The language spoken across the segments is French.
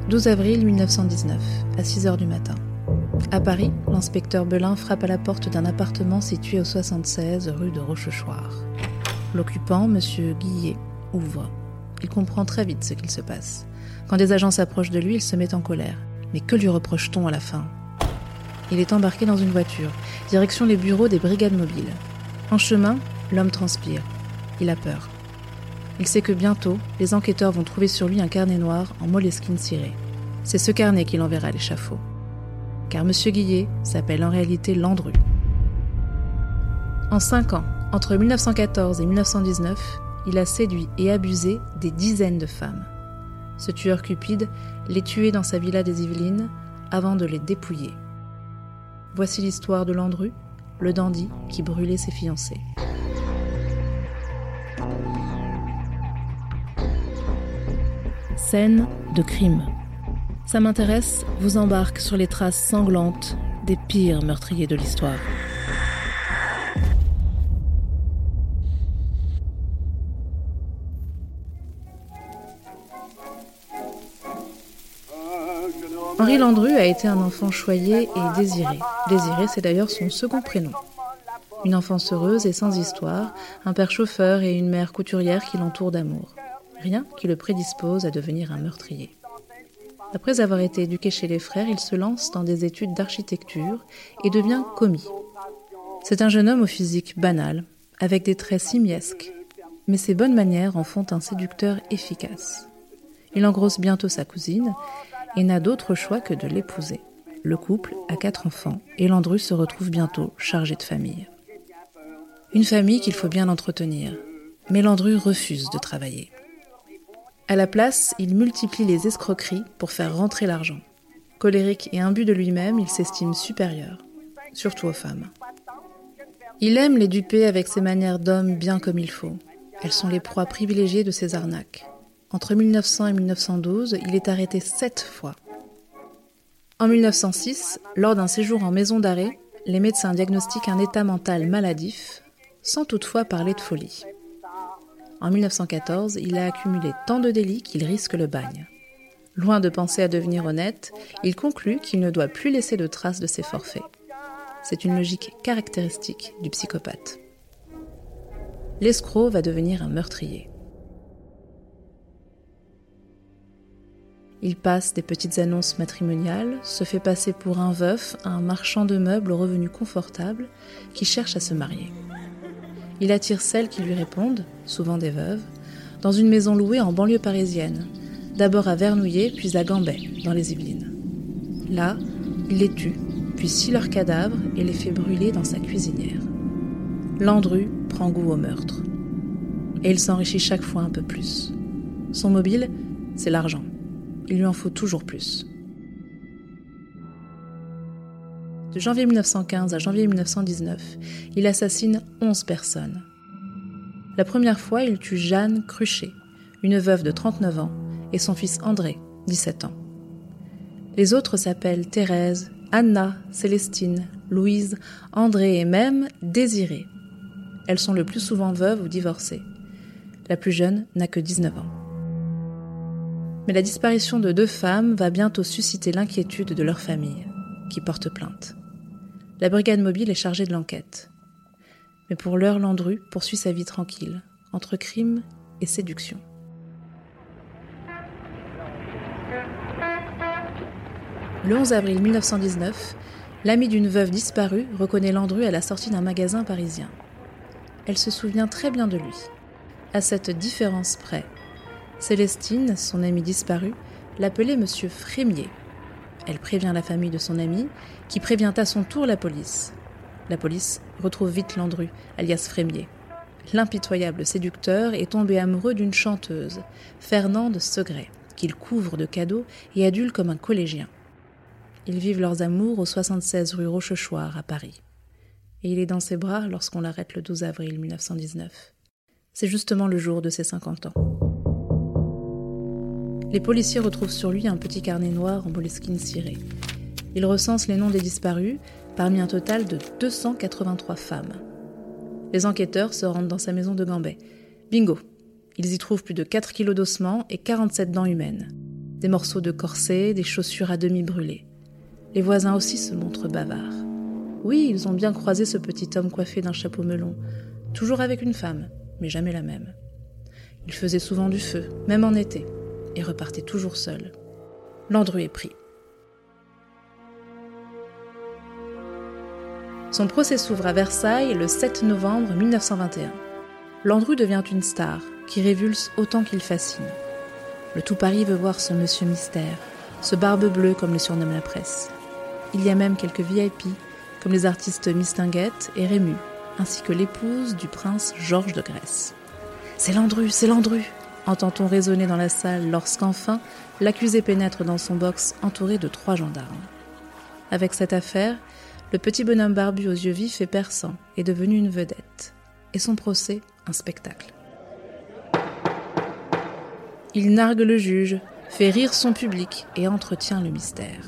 12 avril 1919, à 6h du matin. À Paris, l'inspecteur Belin frappe à la porte d'un appartement situé au 76 rue de Rochechouart. L'occupant, M. Guillet, ouvre. Il comprend très vite ce qu'il se passe. Quand des agents s'approchent de lui, il se met en colère. Mais que lui reproche-t-on à la fin ? Il est embarqué dans une voiture, direction les bureaux des brigades mobiles. En chemin, l'homme transpire. Il a peur. Il sait que bientôt, les enquêteurs vont trouver sur lui un carnet noir en moleskine ciré. C'est ce carnet qui l'enverra à l'échafaud. Car M. Guillet s'appelle en réalité Landru. En 5 ans, entre 1914 et 1919, il a séduit et abusé des dizaines de femmes. Ce tueur cupide les tuait dans sa villa des Yvelines avant de les dépouiller. Voici l'histoire de Landru, le dandy qui brûlait ses fiancées. Scène de crime. Ça m'intéresse vous embarque sur les traces sanglantes des pires meurtriers de l'histoire. Henri Landru a été un enfant choyé et désiré. Désiré, c'est d'ailleurs son second prénom. Une enfance heureuse et sans histoire, un père chauffeur et une mère couturière qui l'entourent d'amour. Rien qui le prédispose à devenir un meurtrier. Après avoir été éduqué chez les frères, il se lance dans des études d'architecture et devient commis. C'est un jeune homme au physique banal, avec des traits simiesques, mais ses bonnes manières en font un séducteur efficace. Il engrosse bientôt sa cousine et n'a d'autre choix que de l'épouser. Le couple a 4 enfants et Landru se retrouve bientôt chargé de famille. Une famille qu'il faut bien entretenir, mais Landru refuse de travailler. À la place, il multiplie les escroqueries pour faire rentrer l'argent. Colérique et imbu de lui-même, il s'estime supérieur, surtout aux femmes. Il aime les duper avec ses manières d'homme bien comme il faut. Elles sont les proies privilégiées de ses arnaques. Entre 1900 et 1912, il est arrêté 7 fois. En 1906, lors d'un séjour en maison d'arrêt, les médecins diagnostiquent un état mental maladif, sans toutefois parler de folie. En 1914, il a accumulé tant de délits qu'il risque le bagne. Loin de penser à devenir honnête, il conclut qu'il ne doit plus laisser de traces de ses forfaits. C'est une logique caractéristique du psychopathe. L'escroc va devenir un meurtrier. Il passe des petites annonces matrimoniales, se fait passer pour un veuf, un marchand de meubles aux revenus confortables qui cherche à se marier. Il attire celles qui lui répondent, souvent des veuves, dans une maison louée en banlieue parisienne, d'abord à Vernouillet, puis à Gambet, dans les Yvelines. Là, il les tue, puis scie leurs cadavres et les fait brûler dans sa cuisinière. Landru prend goût au meurtre. Et il s'enrichit chaque fois un peu plus. Son mobile, c'est l'argent. Il lui en faut toujours plus. De janvier 1915 à janvier 1919, il assassine 11 personnes. La première fois, il tue Jeanne Cruchet, une veuve de 39 ans, et son fils André, 17 ans. Les autres s'appellent Thérèse, Anna, Célestine, Louise, André et même Désirée. Elles sont le plus souvent veuves ou divorcées. La plus jeune n'a que 19 ans. Mais la disparition de 2 femmes va bientôt susciter l'inquiétude de leur famille, qui porte plainte. La brigade mobile est chargée de l'enquête. Mais pour l'heure, Landru poursuit sa vie tranquille, entre crime et séduction. Le 11 avril 1919, l'amie d'une veuve disparue reconnaît Landru à la sortie d'un magasin parisien. Elle se souvient très bien de lui. À cette différence près, Célestine, son amie disparue, l'appelait Monsieur Frémier. Elle prévient la famille de son ami, qui prévient à son tour la police. La police retrouve vite Landru, alias Frémier. L'impitoyable séducteur est tombé amoureux d'une chanteuse, Fernande Segret, qu'il couvre de cadeaux et adule comme un collégien. Ils vivent leurs amours au 76 rue Rochechouart à Paris. Et il est dans ses bras lorsqu'on l'arrête le 12 avril 1919. C'est justement le jour de ses 50 ans. Les policiers retrouvent sur lui un petit carnet noir en moleskine ciré. Ils recensent les noms des disparus parmi un total de 283 femmes. Les enquêteurs se rendent dans sa maison de Gambet. Bingo! Ils y trouvent plus de 4 kilos d'ossements et 47 dents humaines. Des morceaux de corset, des chaussures à demi brûlées. Les voisins aussi se montrent bavards. Oui, ils ont bien croisé ce petit homme coiffé d'un chapeau melon, toujours avec une femme, mais jamais la même. Il faisait souvent du feu, même en été, et repartait toujours seul. Landru est pris. Son procès s'ouvre à Versailles le 7 novembre 1921. Landru devient une star qui révulse autant qu'il fascine. Le tout Paris veut voir ce monsieur mystère, ce barbe bleue comme le surnomme la presse. Il y a même quelques VIP, comme les artistes Mistinguett et Rému, ainsi que l'épouse du prince Georges de Grèce. « C'est Landru, entend-on résonner dans la salle lorsqu'enfin l'accusé pénètre dans son box entouré de 3 gendarmes. Avec cette affaire, le petit bonhomme barbu aux yeux vifs et perçants est devenu une vedette, et son procès un spectacle. Il nargue le juge, fait rire son public et entretient le mystère.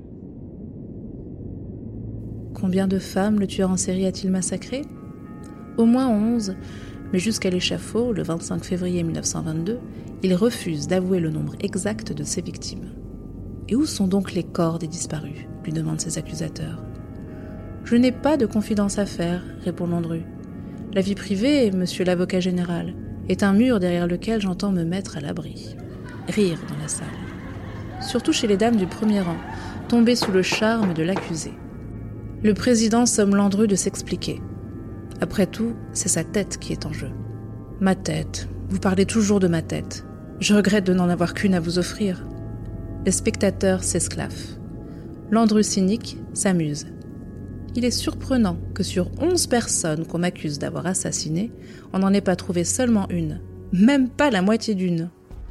Combien de femmes le tueur en série a-t-il massacré ? Au moins 11, mais jusqu'à l'échafaud, le 25 février 1922, il refuse d'avouer le nombre exact de ses victimes. Et où sont donc les corps des disparus ? Lui demandent ses accusateurs. Je n'ai pas de confidence à faire, répond Landru. La vie privée, monsieur l'avocat général, est un mur derrière lequel j'entends me mettre à l'abri. Rire dans la salle. Surtout chez les dames du premier rang, tombées sous le charme de l'accusé. Le président somme Landru de s'expliquer. Après tout, c'est sa tête qui est en jeu. Ma tête, vous parlez toujours de ma tête. Je regrette de n'en avoir qu'une à vous offrir. Les spectateurs s'esclaffent. Landru cynique s'amuse. Il est surprenant que sur 11 personnes qu'on m'accuse d'avoir assassinées, on n'en ait pas trouvé seulement une, même pas la moitié d'une.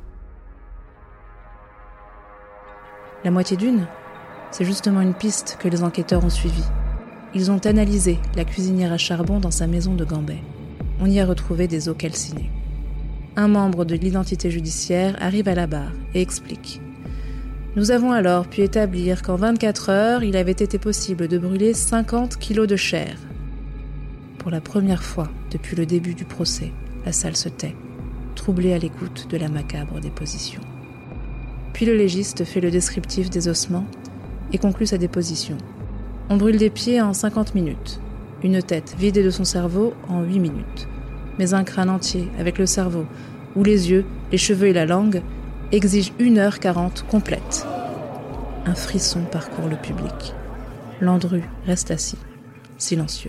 La moitié d'une, c'est justement une piste que les enquêteurs ont suivie. Ils ont analysé la cuisinière à charbon dans sa maison de Gambais. On y a retrouvé des os calcinés. Un membre de l'identité judiciaire arrive à la barre et explique. Nous avons alors pu établir qu'en 24 heures, il avait été possible de brûler 50 kilos de chair. Pour la première fois depuis le début du procès, la salle se tait, troublée à l'écoute de la macabre déposition. Puis le légiste fait le descriptif des ossements et conclut sa déposition. On brûle des pieds en 50 minutes, une tête vidée de son cerveau en 8 minutes, mais un crâne entier avec le cerveau, ou les yeux, les cheveux et la langue, exige 1h40 complète. Un frisson parcourt le public. Landru reste assis, silencieux.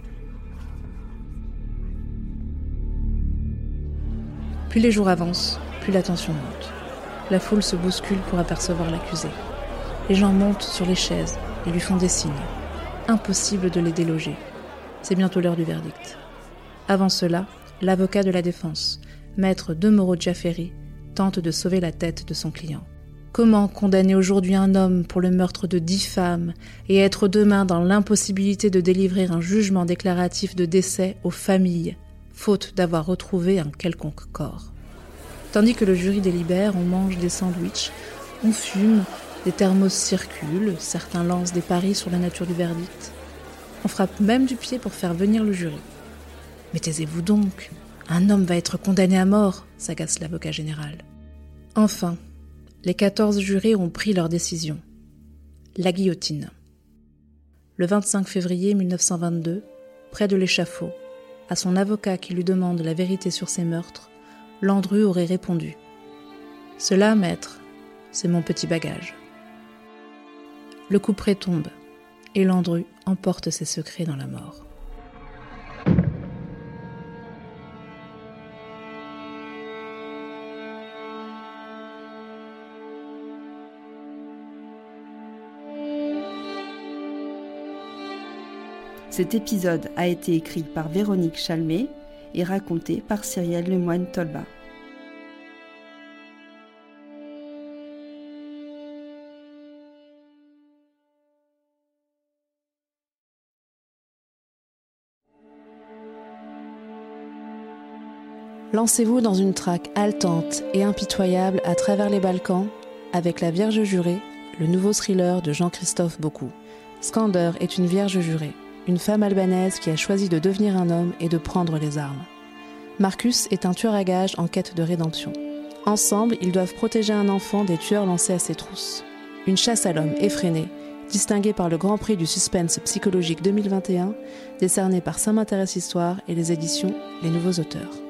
Plus les jours avancent, plus la tension monte. La foule se bouscule pour apercevoir l'accusé. Les gens montent sur les chaises et lui font des signes. Impossible de les déloger. C'est bientôt l'heure du verdict. Avant cela, l'avocat de la défense, maître Demoro Jafferi, tente de sauver la tête de son client. Comment condamner aujourd'hui un homme pour le meurtre de 10 femmes et être demain dans l'impossibilité de délivrer un jugement déclaratif de décès aux familles, faute d'avoir retrouvé un quelconque corps. Tandis que le jury délibère, on mange des sandwichs, on fume, des thermos circulent, certains lancent des paris sur la nature du verdict. On frappe même du pied pour faire venir le jury. Mais taisez-vous donc, un homme va être condamné à mort, s'agace l'avocat général. Enfin, les 14 jurés ont pris leur décision. La guillotine. Le 25 février 1922, près de l'échafaud, à son avocat qui lui demande la vérité sur ses meurtres, Landru aurait répondu « Cela, maître, c'est mon petit bagage. » Le couperet tombe, et Landru emporte ses secrets dans la mort. Cet épisode a été écrit par Véronique Chalmé et raconté par Cyrielle Lemoine-Tolba. Lancez-vous dans une traque haletante et impitoyable à travers les Balkans avec La Vierge jurée, le nouveau thriller de Jean-Christophe Beaucou. Skander est une vierge jurée, une femme albanaise qui a choisi de devenir un homme et de prendre les armes. Marcus est un tueur à gages en quête de rédemption. Ensemble, ils doivent protéger un enfant des tueurs lancés à ses trousses. Une chasse à l'homme effrénée, distinguée par le Grand Prix du suspense psychologique 2021, décerné par Ça m'intéresse Histoire et les éditions Les Nouveaux Auteurs.